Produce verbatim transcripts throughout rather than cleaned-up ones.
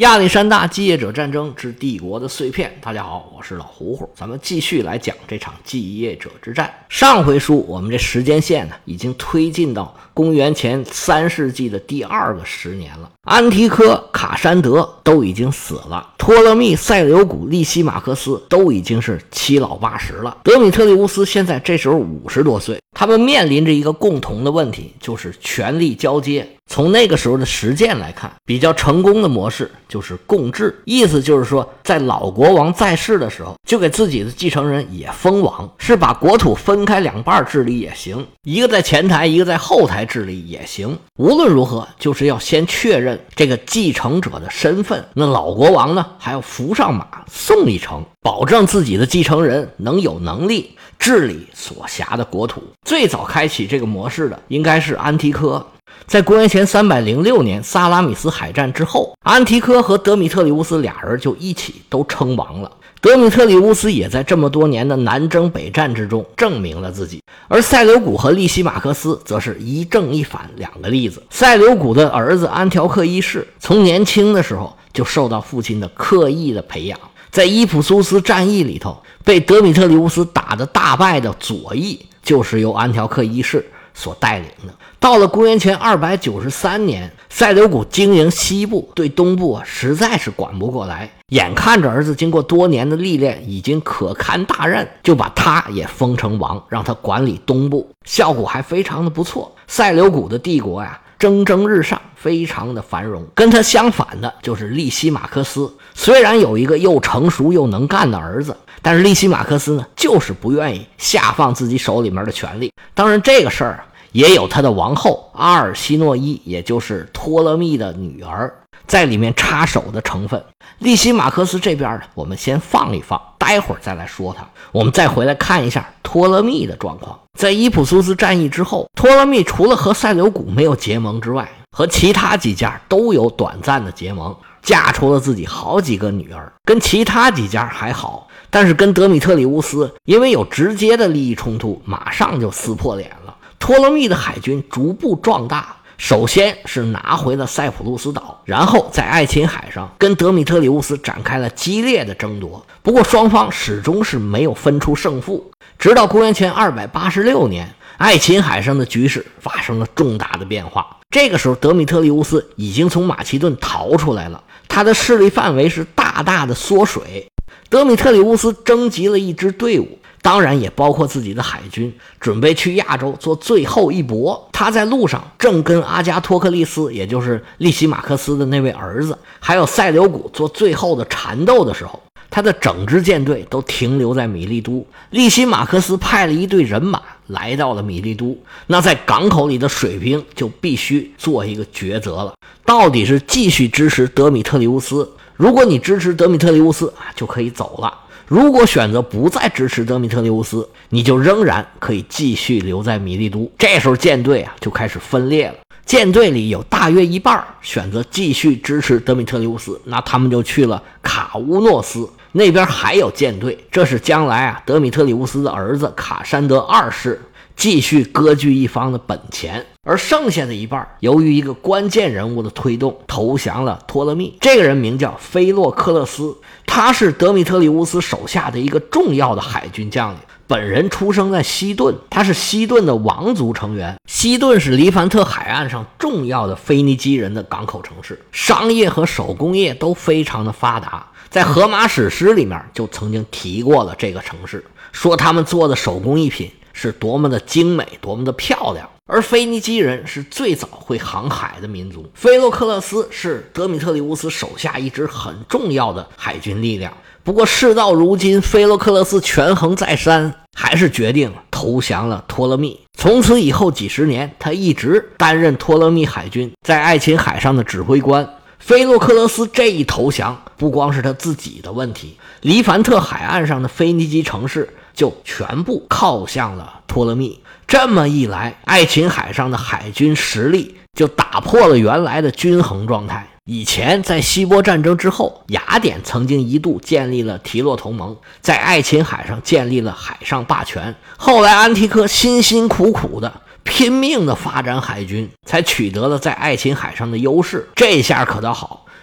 亚历山大继业者战争之帝国的碎片。大家好，我是老胡胡，咱们继续来讲这场继业者之战。上回书我们这时间线呢，已经推进到公元前三世纪的第二个十年了。安提柯、卡山德都已经死了，托勒密、塞琉古、利西马克斯都已经是七老八十了。德米特里乌斯现在这时候五十多岁，他们面临着一个共同的问题，就是权力交接。从那个时候的实践来看，比较成功的模式就是共治，意思就是说，在老国王在世的时候，就给自己的继承人也封王，是把国土分开两半治理也行，一个在前台，一个在后台治理也行。无论如何，就是要先确认这个继承者的身份。那老国王呢，还要扶上马送一程，保证自己的继承人能有能力治理所辖的国土。最早开启这个模式的应该是安提柯。在公元前三百零六年萨拉米斯海战之后，安提柯和德米特里乌斯俩人就一起都称王了。德米特里乌斯也在这么多年的南征北战之中证明了自己，而塞琉古和利西马克斯则是一正一反两个例子。塞琉古的儿子安条克一世从年轻的时候就受到父亲的刻意的培养，在伊普苏斯战役里头被德米特里乌斯打得大败的左翼就是由安条克一世所带领的。到了公元前二百九十三年，塞琉古经营西部，对东部啊实在是管不过来，眼看着儿子经过多年的历练已经可堪大任，就把他也封成王，让他管理东部，效果还非常的不错。塞琉古的帝国呀蒸蒸日上，非常的繁荣。跟他相反的就是利西马克斯，虽然有一个又成熟又能干的儿子，但是利西马克斯呢，就是不愿意下放自己手里面的权力。当然这个事儿也有他的王后阿尔西诺伊，也就是托勒密的女儿，在里面插手的成分。利西马克斯这边呢，我们先放一放，待会儿再来说他。我们再回来看一下托勒密的状况。在伊普苏斯战役之后，托勒密除了和塞琉古没有结盟之外，和其他几家都有短暂的结盟，嫁出了自己好几个女儿。跟其他几家还好，但是跟德米特里乌斯因为有直接的利益冲突，马上就撕破脸了。托勒密的海军逐步壮大，首先是拿回了塞浦路斯岛，然后在爱琴海上跟德米特里乌斯展开了激烈的争夺。不过双方始终是没有分出胜负，直到公元前二百八十六年，爱琴海上的局势发生了重大的变化。这个时候德米特里乌斯已经从马其顿逃出来了，他的势力范围是大大的缩水。德米特里乌斯征集了一支队伍，当然也包括自己的海军，准备去亚洲做最后一搏。他在路上正跟阿加托克利斯，也就是利西马克斯的那位儿子，还有塞琉古做最后的缠斗的时候，他的整支舰队都停留在米利都。利西马克斯派了一队人马来到了米利都，那在港口里的水兵就必须做一个抉择了，到底是继续支持德米特里乌斯，如果你支持德米特里乌斯啊，就可以走了。如果选择不再支持德米特里乌斯，你就仍然可以继续留在米利都。这时候舰队啊就开始分裂了，舰队里有大约一半选择继续支持德米特里乌斯，那他们就去了卡乌诺斯，那边还有舰队，这是将来啊德米特里乌斯的儿子卡山德二世继续割据一方的本钱。而剩下的一半由于一个关键人物的推动，投降了托勒密。这个人名叫菲洛克勒斯，他是德米特里乌斯手下的一个重要的海军将领，本人出生在西顿，他是西顿的王族成员。西顿是黎凡特海岸上重要的腓尼基人的港口城市，商业和手工业都非常的发达。在荷马史诗里面就曾经提过了这个城市，说他们做的手工艺品是多么的精美，多么的漂亮。而腓尼基人是最早会航海的民族，菲洛克勒斯是德米特里乌斯手下一支很重要的海军力量。不过事到如今，菲洛克勒斯权衡再三，还是决定投降了托勒密。从此以后几十年，他一直担任托勒密海军在爱琴海上的指挥官。菲洛克勒斯这一投降，不光是他自己的问题，黎凡特海岸上的腓尼基城市就全部靠向了托勒密。这么一来，爱琴海上的海军实力就打破了原来的均衡状态。以前在希波战争之后，雅典曾经一度建立了提洛同盟，在爱琴海上建立了海上霸权。后来安提柯辛辛苦苦的拼命的发展海军，才取得了在爱琴海上的优势。这下可倒好，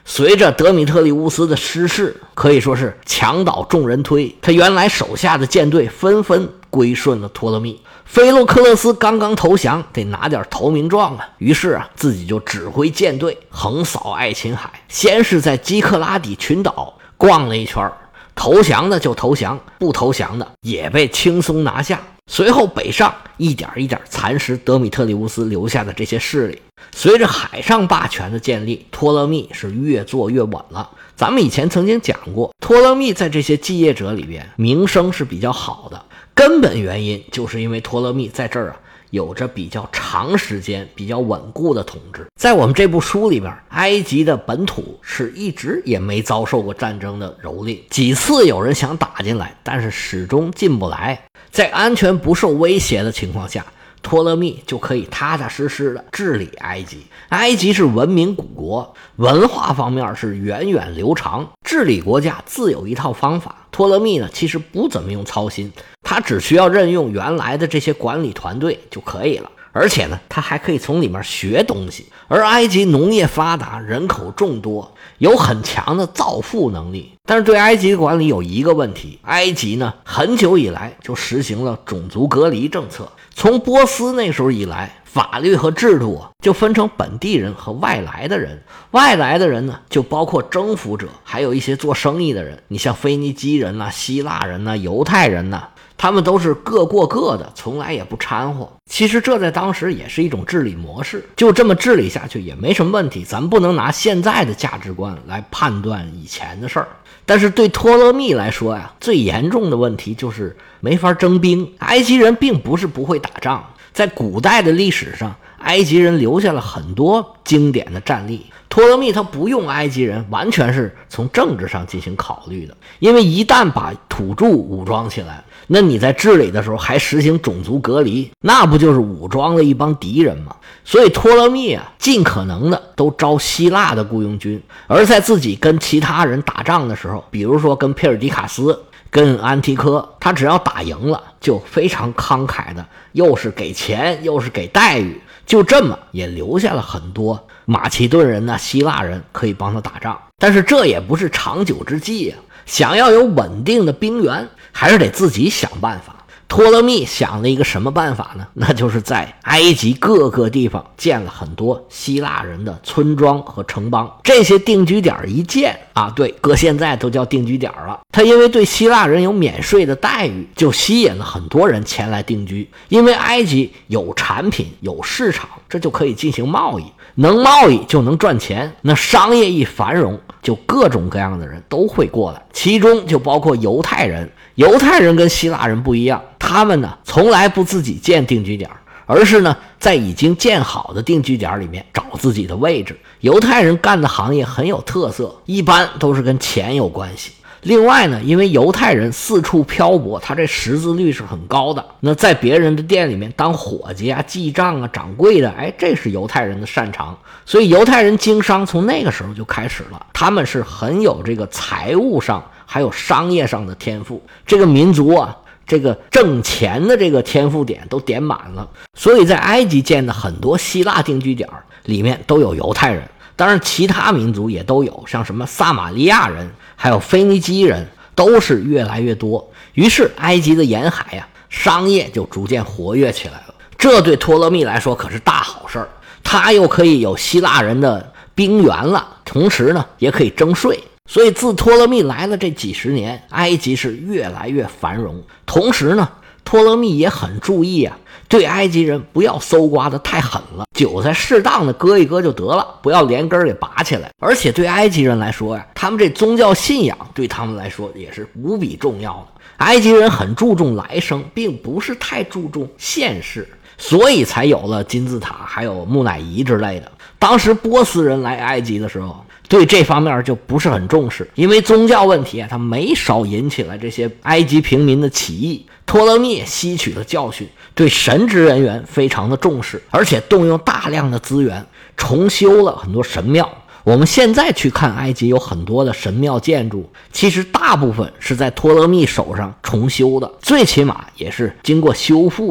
随着德米特里乌斯的失势，可以说是墙倒众人推，他原来手下的舰队纷纷归顺了托勒密。菲洛克勒斯刚刚投降，得拿点投名状啊，于是啊，自己就指挥舰队横扫爱琴海，先是在基克拉底群岛逛了一圈，投降的就投降，不投降的也被轻松拿下。随后北上，一点一点蚕食德米特里乌斯留下的这些势力。随着海上霸权的建立，托勒密是越做越稳了。咱们以前曾经讲过，托勒密在这些继业者里边名声是比较好的，根本原因就是因为托勒密在这儿啊有着比较长时间比较稳固的统治。在我们这部书里边，埃及的本土是一直也没遭受过战争的蹂躏，几次有人想打进来，但是始终进不来。在安全不受威胁的情况下，托勒密就可以踏踏实实的治理埃及。埃及是文明古国，文化方面是源远流长，治理国家自有一套方法。托勒密呢，其实不怎么用操心，他只需要任用原来的这些管理团队就可以了。而且呢，他还可以从里面学东西。而埃及农业发达，人口众多，有很强的造富能力。但是对埃及的管理有一个问题，埃及呢很久以来就实行了种族隔离政策。从波斯那时候以来，法律和制度啊就分成本地人和外来的人。外来的人呢，就包括征服者，还有一些做生意的人。你像腓尼基人呐、希腊人呐、犹太人呐，他们都是各过各的，从来也不掺和。其实这在当时也是一种治理模式，就这么治理下去也没什么问题。咱们不能拿现在的价值观来判断以前的事儿。但是对托勒密来说呀，最严重的问题就是没法征兵。埃及人并不是不会打仗，在古代的历史上，埃及人留下了很多经典的战例。托勒密他不用埃及人，完全是从政治上进行考虑的。因为一旦把土著武装起来，那你在治理的时候还实行种族隔离，那不就是武装了一帮敌人吗？所以托勒密啊，尽可能的都招希腊的雇佣军，而在自己跟其他人打仗的时候，比如说跟佩尔迪卡斯、跟安提柯，他只要打赢了，就非常慷慨的，又是给钱又是给待遇，就这么也留下了很多马其顿人呐、希腊人可以帮他打仗。但是这也不是长久之计啊，想要有稳定的兵源，还是得自己想办法。托勒密想了一个什么办法呢？那就是在埃及各个地方建了很多希腊人的村庄和城邦。这些定居点一建啊，对，搁现在都叫定居点了。他因为对希腊人有免税的待遇，就吸引了很多人前来定居。因为埃及有产品有市场，这就可以进行贸易，能贸易就能赚钱。那商业一繁荣，就各种各样的人都会过来，其中就包括犹太人。犹太人跟希腊人不一样，他们呢从来不自己建定居点，而是呢在已经建好的定居点里面找自己的位置。犹太人干的行业很有特色，一般都是跟钱有关系。另外呢，因为犹太人四处漂泊，他这识字率是很高的。那在别人的店里面当伙计啊、记账啊、掌柜的，哎，这是犹太人的擅长。所以犹太人经商从那个时候就开始了，他们是很有这个财务上还有商业上的天赋。这个民族啊，这个挣钱的这个天赋点都点满了。所以在埃及建的很多希腊定居点里面都有犹太人，当然其他民族也都有，像什么撒玛利亚人还有腓尼基人都是越来越多。于是埃及的沿海呀、啊，商业就逐渐活跃起来了。这对托勒密来说可是大好事儿，他又可以有希腊人的兵源了，同时呢也可以征税。所以自托勒密来了这几十年，埃及是越来越繁荣。同时呢，托勒密也很注意啊，对埃及人不要搜刮的太狠了，韭菜适当的割一割就得了，不要连根给拔起来。而且对埃及人来说呀，他们这宗教信仰对他们来说也是无比重要的。埃及人很注重来生，并不是太注重现世，所以才有了金字塔还有木乃伊之类的。当时波斯人来埃及的时候，对这方面就不是很重视，因为宗教问题啊，他没少引起了这些埃及平民的起义。托勒密吸取了教训，对神职人员非常的重视，而且动用大量的资源重修了很多神庙。我们现在去看埃及有很多的神庙建筑，其实大部分是在托勒密手上重修的，最起码也是经过修复的。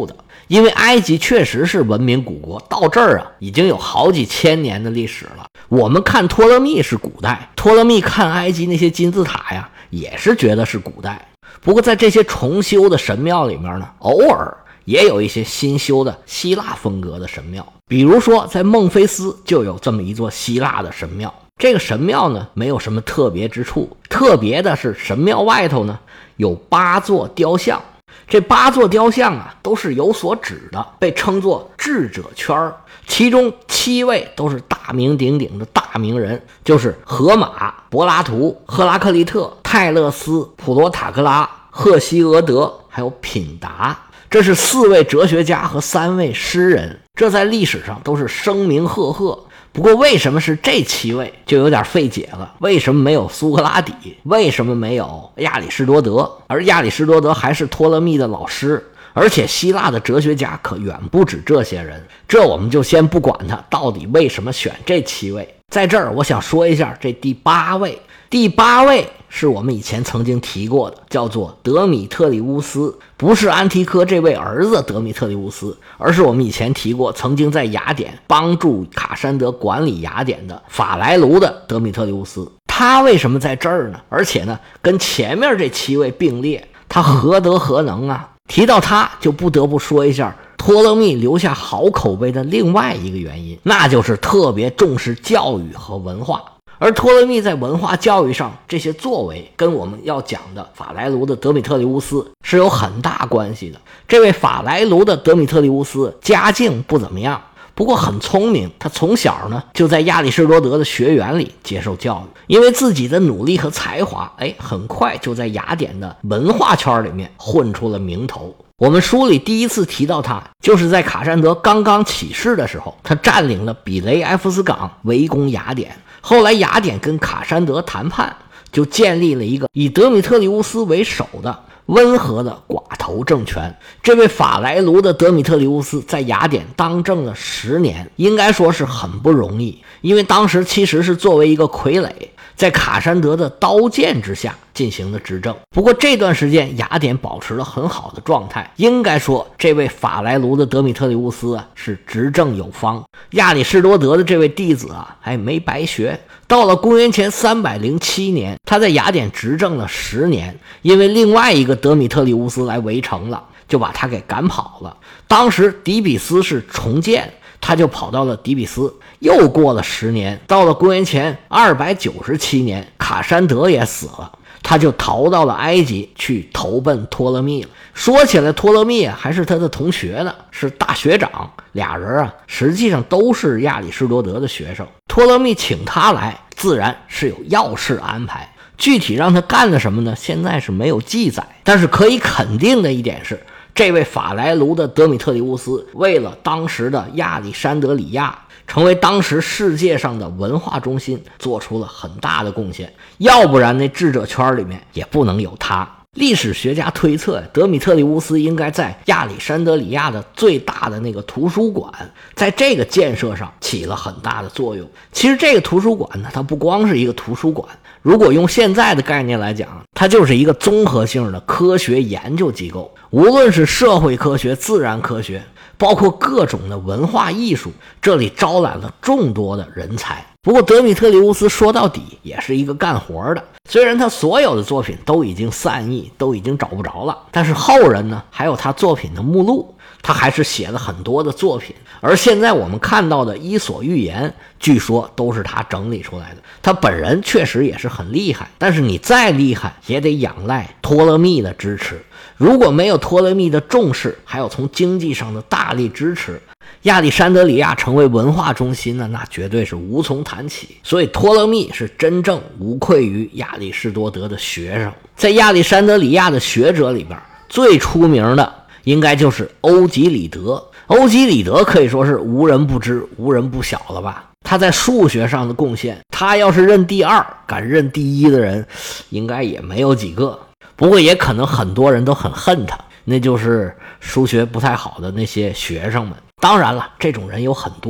因为埃及确实是文明古国，到这儿啊已经有好几千年的历史了。我们看托勒密是古代，托勒密看埃及那些金字塔呀，也是觉得是古代。不过在这些重修的神庙里面呢，偶尔也有一些新修的希腊风格的神庙。比如说在孟菲斯就有这么一座希腊的神庙，这个神庙呢没有什么特别之处，特别的是神庙外头呢有八座雕像。这八座雕像啊都是有所指的，被称作智者圈，其中七位都是大名鼎鼎的大名人，就是荷马、柏拉图、赫拉克利特、泰勒斯、普罗塔克拉、赫西俄德还有品达。这是四位哲学家和三位诗人，这在历史上都是声名赫赫。不过为什么是这七位就有点费解了，为什么没有苏格拉底，为什么没有亚里士多德？而亚里士多德还是托勒密的老师，而且希腊的哲学家可远不止这些人，这我们就先不管他到底为什么选这七位。在这儿我想说一下这第八位，第八位是我们以前曾经提过的，叫做德米特里乌斯，不是安提柯这位儿子德米特里乌斯，而是我们以前提过曾经在雅典帮助卡山德管理雅典的法莱卢的德米特里乌斯。他为什么在这儿呢？而且呢跟前面这七位并列，他何德何能啊？提到他就不得不说一下托勒密留下好口碑的另外一个原因，那就是特别重视教育和文化。而托勒密在文化教育上这些作为跟我们要讲的法莱卢的德米特里乌斯是有很大关系的。这位法莱卢的德米特里乌斯家境不怎么样，不过很聪明，他从小呢就在亚里士多德的学园里接受教育，因为自己的努力和才华，哎，很快就在雅典的文化圈里面混出了名头。我们书里第一次提到他，就是在卡山德刚刚起事的时候，他占领了比雷埃夫斯港，围攻雅典。后来雅典跟卡山德谈判，就建立了一个以德米特里乌斯为首的温和的寡头政权。这位法莱卢的德米特里乌斯在雅典当政了十年，应该说是很不容易，因为当时其实是作为一个傀儡，在卡山德的刀剑之下进行的执政。不过这段时间雅典保持了很好的状态，应该说这位法莱卢的德米特里乌斯啊是执政有方。亚里士多德的这位弟子啊还没白学，到了公元前三百零七年，他在雅典执政了十年，因为另外一个德米特里乌斯来围城了，就把他给赶跑了。当时底比斯是重建，他就跑到了底比斯。又过了十年，到了公元前二百九十七年，卡山德也死了，他就逃到了埃及去投奔托勒密了。说起来托勒密啊还是他的同学呢，是大学长，俩人啊实际上都是亚里士多德的学生。托勒密请他来，自然是有要事安排，具体让他干了什么呢？现在是没有记载，但是可以肯定的一点是，这位法莱卢的德米特里乌斯为了当时的亚历山德里亚成为当时世界上的文化中心做出了很大的贡献，要不然那智者圈里面也不能有他。历史学家推测，德米特里乌斯应该在亚历山德里亚的最大的那个图书馆，在这个建设上起了很大的作用。其实这个图书馆呢，它不光是一个图书馆，如果用现在的概念来讲，它就是一个综合性的科学研究机构，无论是社会科学、自然科学，包括各种的文化艺术，这里招揽了众多的人才。不过德米特里乌斯说到底也是一个干活的，虽然他所有的作品都已经散佚，都已经找不着了，但是后人呢还有他作品的目录，他还是写了很多的作品。而现在我们看到的《伊索寓言》据说都是他整理出来的。他本人确实也是很厉害，但是你再厉害也得仰赖托勒密的支持。如果没有托勒密的重视，还有从经济上的大力支持，亚历山德里亚成为文化中心呢，那绝对是无从谈起。所以托勒密是真正无愧于亚里士多德的学生。在亚历山德里亚的学者里边，最出名的应该就是欧几里得。欧几里得可以说是无人不知、无人不晓了吧？他在数学上的贡献，他要是认第二，敢认第一的人应该也没有几个。不过也可能很多人都很恨他，那就是数学不太好的那些学生们。当然了，这种人有很多了，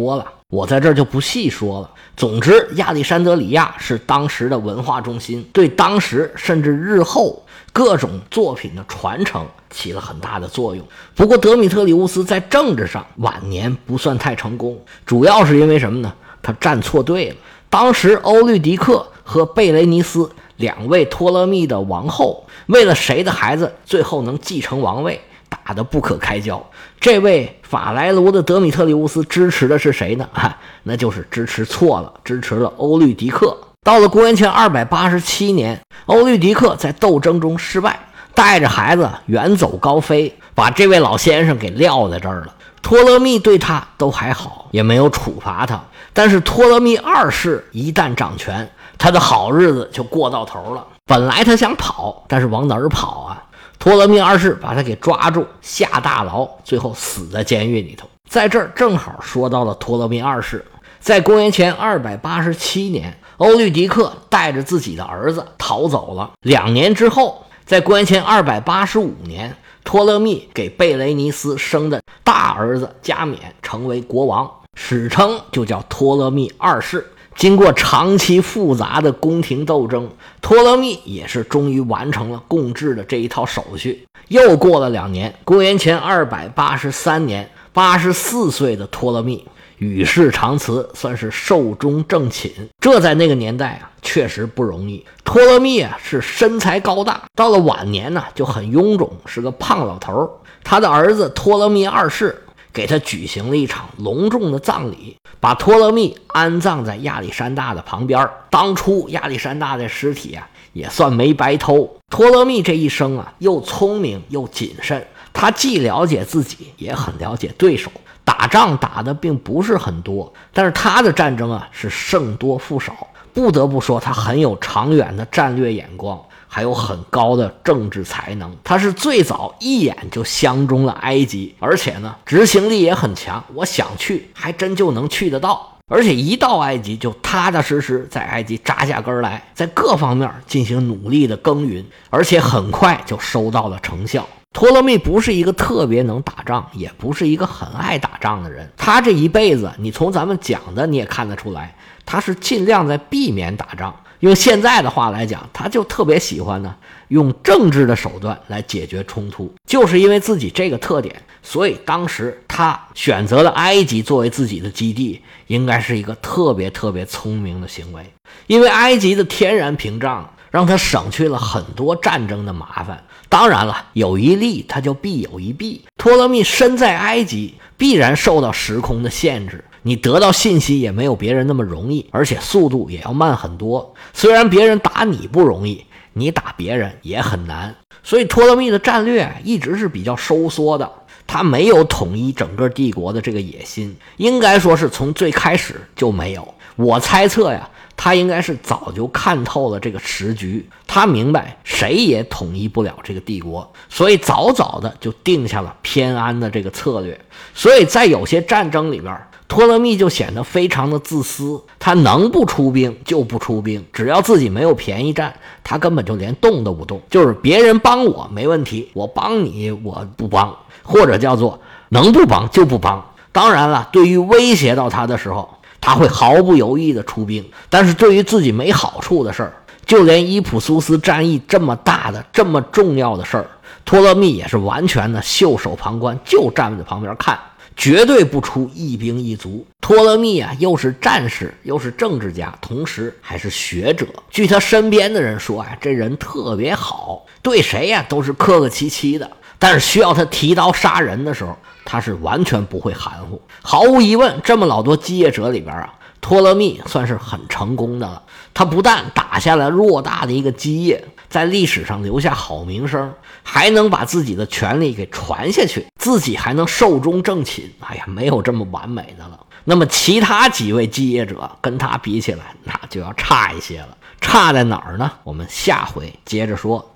我在这儿就不细说了。总之，亚历山德里亚是当时的文化中心，对当时甚至日后各种作品的传承起了很大的作用。不过德米特里乌斯在政治上晚年不算太成功，主要是因为什么呢？他站错队了。当时欧律狄克和贝雷尼斯两位托勒密的王后，为了谁的孩子最后能继承王位，打得不可开交。这位法莱卢的德米特里乌斯支持的是谁呢？啊，那就是支持错了，支持了欧律狄克。到了公元前二百八十七年，欧律狄克在斗争中失败，带着孩子远走高飞，把这位老先生给撂在这儿了。托勒密对他都还好，也没有处罚他。但是托勒密二世一旦掌权，他的好日子就过到头了。本来他想跑，但是往哪儿跑啊？托勒密二世把他给抓住，下大牢，最后死在监狱里头。在这儿正好说到了托勒密二世。在公元前二百八十七年，欧律狄克带着自己的儿子逃走了。两年之后，在公元前二百八十五年，托勒密给贝雷尼斯生的大儿子加冕成为国王，史称就叫托勒密二世。经过长期复杂的宫廷斗争，托勒密也是终于完成了共治的这一套手续。又过了两年，公元前二百八十三年，八十四岁的托勒密与世长辞，算是寿终正寝。这在那个年代啊，确实不容易。托勒密啊是身材高大，到了晚年呢就很臃肿，是个胖老头。他的儿子托勒密二世给他举行了一场隆重的葬礼，把托勒密安葬在亚历山大的旁边。当初亚历山大的尸体啊也算没白偷。托勒密这一生啊又聪明又谨慎，他既了解自己，也很了解对手。打仗打的并不是很多，但是他的战争啊是胜多负少。不得不说他很有长远的战略眼光，还有很高的政治才能。他是最早一眼就相中了埃及，而且呢执行力也很强，我想去还真就能去得到。而且一到埃及就踏踏实实在埃及扎下根来，在各方面进行努力的耕耘，而且很快就收到了成效。托勒密不是一个特别能打仗，也不是一个很爱打仗的人。他这一辈子，你从咱们讲的你也看得出来，他是尽量在避免打仗。用现在的话来讲，他就特别喜欢呢用政治的手段来解决冲突。就是因为自己这个特点，所以当时他选择了埃及作为自己的基地，应该是一个特别特别聪明的行为。因为埃及的天然屏障让他省去了很多战争的麻烦。当然了，有一利他就必有一弊。托勒密身在埃及，必然受到时空的限制，你得到信息也没有别人那么容易，而且速度也要慢很多。虽然别人打你不容易，你打别人也很难。所以托勒密的战略一直是比较收缩的，他没有统一整个帝国的这个野心，应该说是从最开始就没有。我猜测呀，他应该是早就看透了这个时局，他明白谁也统一不了这个帝国，所以早早的就定下了偏安的这个策略。所以在有些战争里边，托勒密就显得非常的自私，他能不出兵就不出兵，只要自己没有便宜占，他根本就连动都不动。就是别人帮我没问题，我帮你我不帮，或者叫做能不帮就不帮。当然了，对于威胁到他的时候，他会毫不犹豫的出兵，但是对于自己没好处的事儿，就连伊普苏斯战役这么大的这么重要的事儿，托勒密也是完全的袖手旁观，就站在旁边看，绝对不出一兵一卒。托勒密啊，又是战士，又是政治家，同时还是学者。据他身边的人说啊，这人特别好，对谁呀、啊、都是客客气气的，但是需要他提刀杀人的时候，他是完全不会含糊。毫无疑问，这么老多基业者里边啊，托勒密算是很成功的了。他不但打下了偌大的一个基业，在历史上留下好名声，还能把自己的权力给传下去，自己还能寿终正寝。哎呀，没有这么完美的了。那么其他几位基业者跟他比起来，那就要差一些了。差在哪儿呢？我们下回接着说。